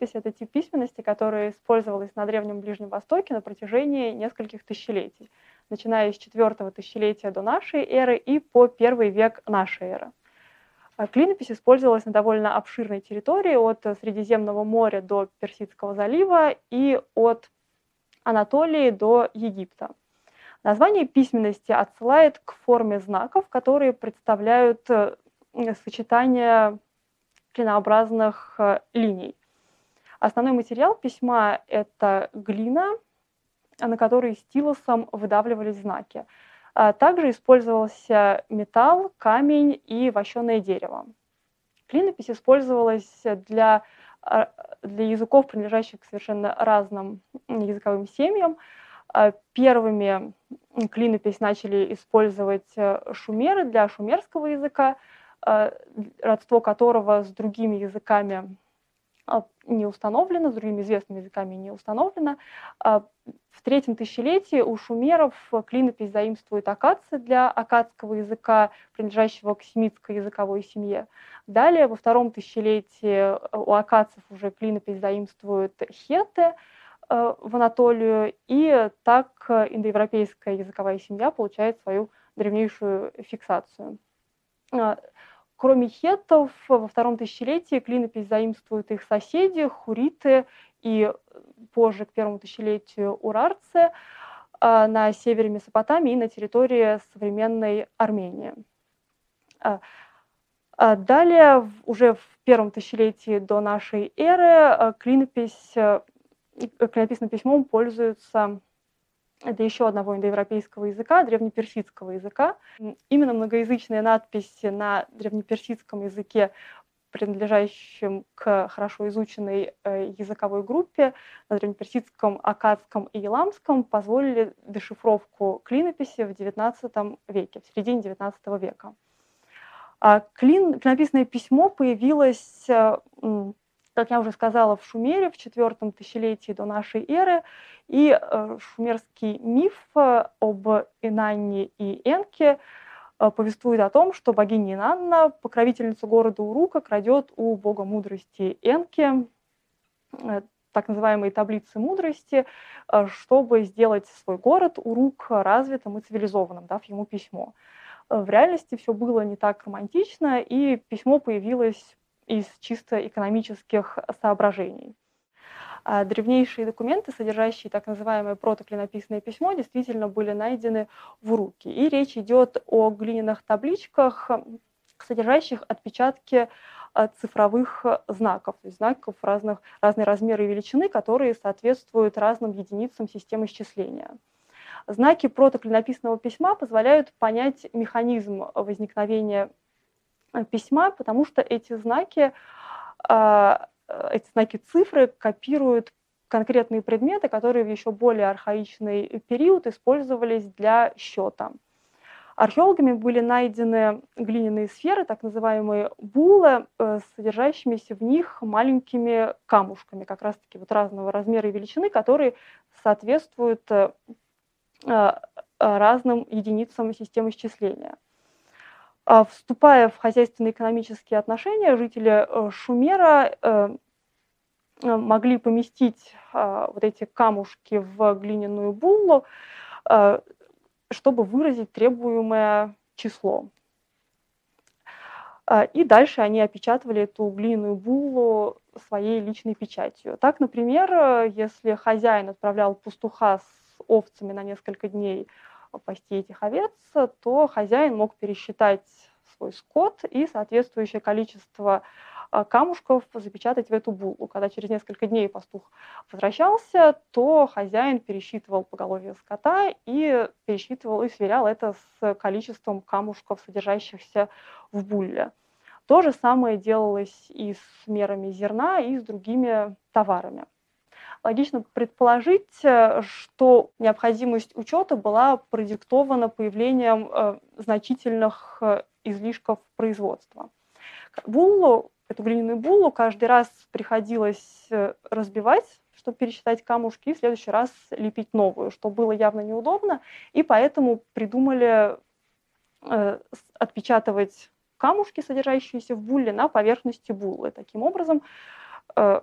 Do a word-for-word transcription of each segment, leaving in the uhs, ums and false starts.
клинопись — это тип письменности, который использовался на Древнем Ближнем Востоке на протяжении нескольких тысячелетий, начиная с четвёртого тысячелетия до нашей эры и по первый век нашей эры. Клинопись использовалась на довольно обширной территории от Средиземного моря до Персидского залива и от Анатолии до Египта. Название письменности отсылает к форме знаков, которые представляют сочетание клинообразных линий. Основной материал письма — это глина, на которой стилусом выдавливались знаки. Также использовался металл, камень и вощеное дерево. Клинопись использовалась для, для языков, принадлежащих к совершенно разным языковым семьям. Первыми клинопись начали использовать шумеры для шумерского языка, родство которого с другими языками не установлено, с другими известными языками не установлено. В третьем тысячелетии у шумеров клинопись заимствует аккадцы для аккадского языка, принадлежащего к семитской языковой семье. Далее, во втором тысячелетии у аккадцев уже клинопись заимствует хетты в Анатолию, и так индоевропейская языковая семья получает свою древнейшую фиксацию. Кроме хеттов, во втором тысячелетии клинопись заимствуют их соседи, хуриты и позже, к первому тысячелетию, урарцы на севере Месопотамии и на территории современной Армении. Далее, уже в первом тысячелетии до нашей эры, клинопись, клинописным письмом пользуются для еще одного индоевропейского языка, древнеперсидского языка. Именно многоязычные надписи на древнеперсидском языке, принадлежащем к хорошо изученной языковой группе, на древнеперсидском, аккадском и еламском, позволили дешифровку клинописи в девятнадцатом веке, в середине девятнадцатого века. Клин, клинописное письмо появилось, как я уже сказала, в Шумере в четвёртом тысячелетии до нашей эры, и шумерский миф об Инанне и Энке повествует о том, что богиня Инанна, покровительница города Урука, крадет у бога мудрости Энки так называемые таблицы мудрости, чтобы сделать свой город Урук развитым и цивилизованным, дав ему письмо. В реальности все было не так романтично, и письмо появилось из чисто экономических соображений. А древнейшие документы, содержащие так называемое протоклинописное письмо, действительно были найдены в Уруке. И речь идет о глиняных табличках, содержащих отпечатки цифровых знаков, то есть знаков разных, разные размеры и величины, которые соответствуют разным единицам системы счисления. Знаки протоклинописного письма позволяют понять механизм возникновения письма, потому что эти знаки, эти знаки цифры копируют конкретные предметы, которые в еще более архаичный период использовались для счета. Археологами были найдены глиняные сферы, так называемые буллы, содержащимися в них маленькими камушками, как раз-таки вот разного размера и величины, которые соответствуют разным единицам системы счисления. Вступая в хозяйственно-экономические отношения, жители Шумера могли поместить вот эти камушки в глиняную буллу, чтобы выразить требуемое число. И дальше они опечатывали эту глиняную буллу своей личной печатью. Так, например, если хозяин отправлял пастуха с овцами на несколько дней пасти этих овец, то хозяин мог пересчитать свой скот и соответствующее количество камушков запечатать в эту буллу. Когда через несколько дней пастух возвращался, то хозяин пересчитывал поголовье скота и пересчитывал и сверял это с количеством камушков, содержащихся в булле. То же самое делалось и с мерами зерна, и с другими товарами. Логично предположить, что необходимость учета была продиктована появлением значительных излишков производства. Буллу, эту глиняную буллу каждый раз приходилось разбивать, чтобы пересчитать камушки, и в следующий раз лепить новую, что было явно неудобно, и поэтому придумали отпечатывать камушки, содержащиеся в булле, на поверхности буллы. Таким образом,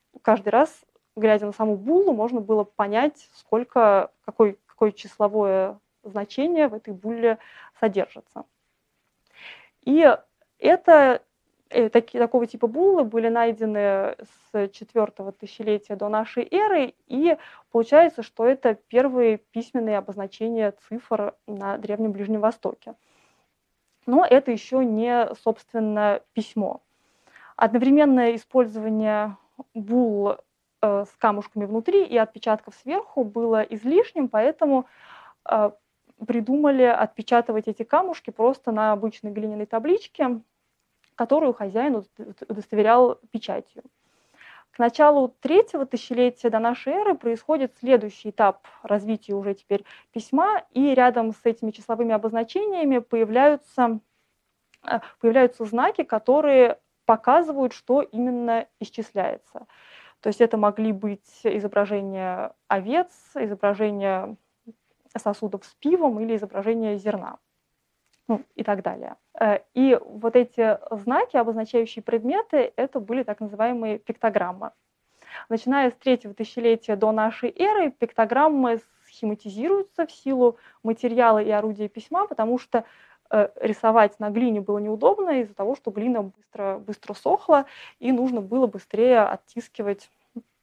каждый раз, глядя на саму буллу, можно было понять, сколько, какой, какое числовое значение в этой булле содержится. И это, э, таки, такого типа буллы были найдены с четвёртого тысячелетия до нашей эры, и получается, что это первые письменные обозначения цифр на Древнем Ближнем Востоке. Но это еще не, собственно, письмо. Одновременное использование булл э, с камушками внутри и отпечатков сверху было излишним, поэтому э, придумали отпечатывать эти камушки просто на обычной глиняной табличке, которую хозяин удостоверял печатью. К началу третьего тысячелетия до нашей эры происходит следующий этап развития уже теперь письма, и рядом с этими числовыми обозначениями появляются, появляются знаки, которые показывают, что именно исчисляется. То есть это могли быть изображения овец, изображения сосудов с пивом или изображение зерна, ну, и так далее. И вот эти знаки, обозначающие предметы, это были так называемые пиктограммы. Начиная с третьего тысячелетия до нашей эры пиктограммы схематизируются в силу материала и орудия письма, потому что рисовать на глине было неудобно из-за того, что глина быстро, быстро сохла, и нужно было быстрее оттискивать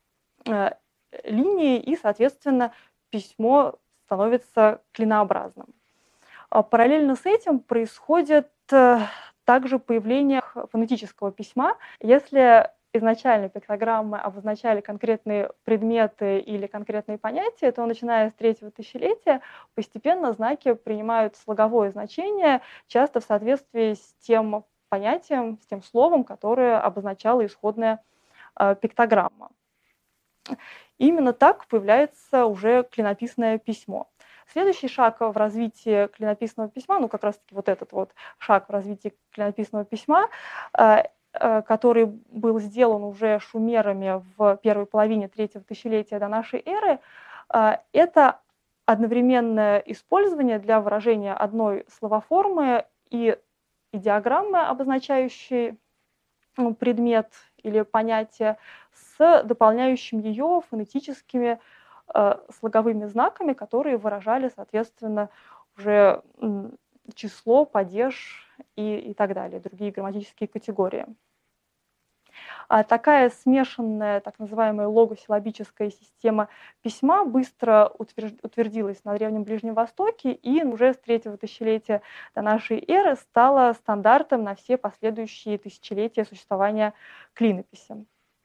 линии, и, соответственно, письмо становится клинообразным. Параллельно с этим происходит также появление фонетического письма. Если изначально пиктограммы обозначали конкретные предметы или конкретные понятия, то, начиная с третьего тысячелетия, постепенно знаки принимают слоговое значение, часто в соответствии с тем понятием, с тем словом, которое обозначала исходная пиктограмма. Именно так появляется уже клинописное письмо. Следующий шаг в развитии клинописного письма, ну как раз-таки вот этот вот шаг в развитии клинописного письма, который был сделан уже шумерами в первой половине третьего тысячелетия до нашей эры, это одновременное использование для выражения одной словоформы и идеограммы, обозначающей предмет или понятие, с дополняющим ее фонетическими слоговыми знаками, которые выражали, соответственно, уже число, падеж и, и так далее, другие грамматические категории. А такая смешанная, так называемая логосиллабическая система письма быстро утвердилась на Древнем Ближнем Востоке и уже с третьего тысячелетия до нашей эры стала стандартом на все последующие тысячелетия существования клинописи.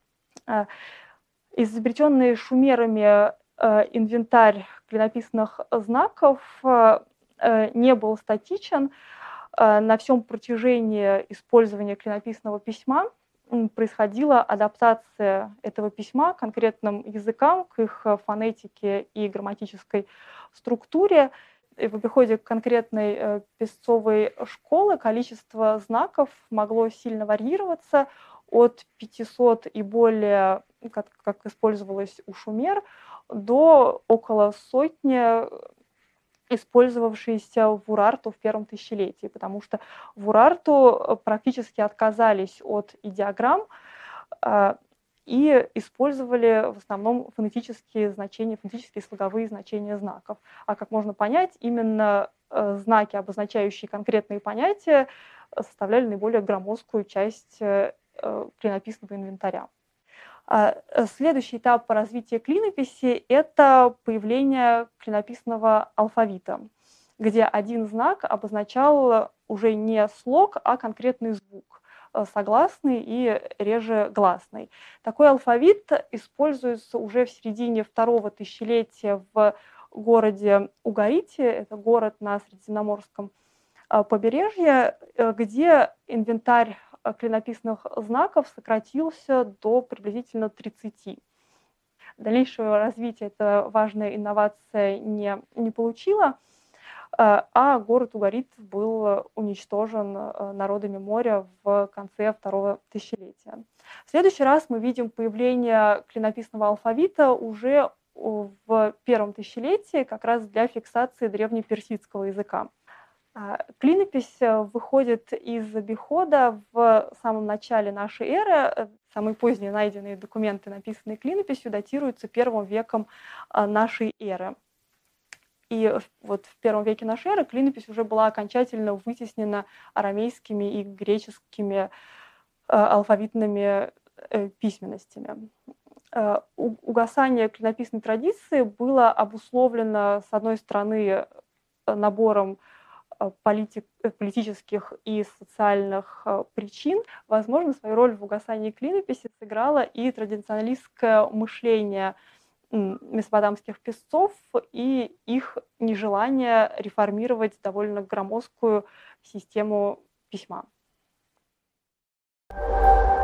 Изобретенный шумерами инвентарь клинописных знаков не был статичен. На всем протяжении использования клинописного письма происходила адаптация этого письма к конкретным языкам, к их фонетике и грамматической структуре. И в обиходе конкретной писцовой школы количество знаков могло сильно варьироваться от пятисот и более, как, как использовалось у шумер, до около сотни, использовавшиеся в Урарту в первом тысячелетии, потому что в Урарту практически отказались от идеограмм э, и использовали в основном фонетические значения, фонетические слоговые значения знаков. А как можно понять, именно э, знаки, обозначающие конкретные понятия, составляли наиболее громоздкую часть э, клинописного инвентаря. Следующий этап по развитию клинописи – это появление клинописного алфавита, где один знак обозначал уже не слог, а конкретный звук, согласный и реже гласный. Такой алфавит используется уже в середине второго тысячелетия в городе Угарите, это город на Средиземноморском побережье, где инвентарь клинописных знаков сократился до приблизительно тридцати. Дальнейшего развития эта важная инновация не, не получила, а город Угарит был уничтожен народами моря в конце второго тысячелетия. В следующий раз мы видим появление клинописного алфавита уже в первом тысячелетии, как раз для фиксации древнеперсидского языка. Клинопись выходит из обихода в самом начале нашей эры. Самые поздние найденные документы, написанные клинописью, датируются первым веком нашей эры. И вот в первом веке нашей эры клинопись уже была окончательно вытеснена арамейскими и греческими алфавитными письменностями. Угасание клинописной традиции было обусловлено, с одной стороны, набором политик, политических и социальных причин. Возможно, свою роль в угасании клинописи сыграло и традиционалистское мышление месопотамских писцов и их нежелание реформировать довольно громоздкую систему письма.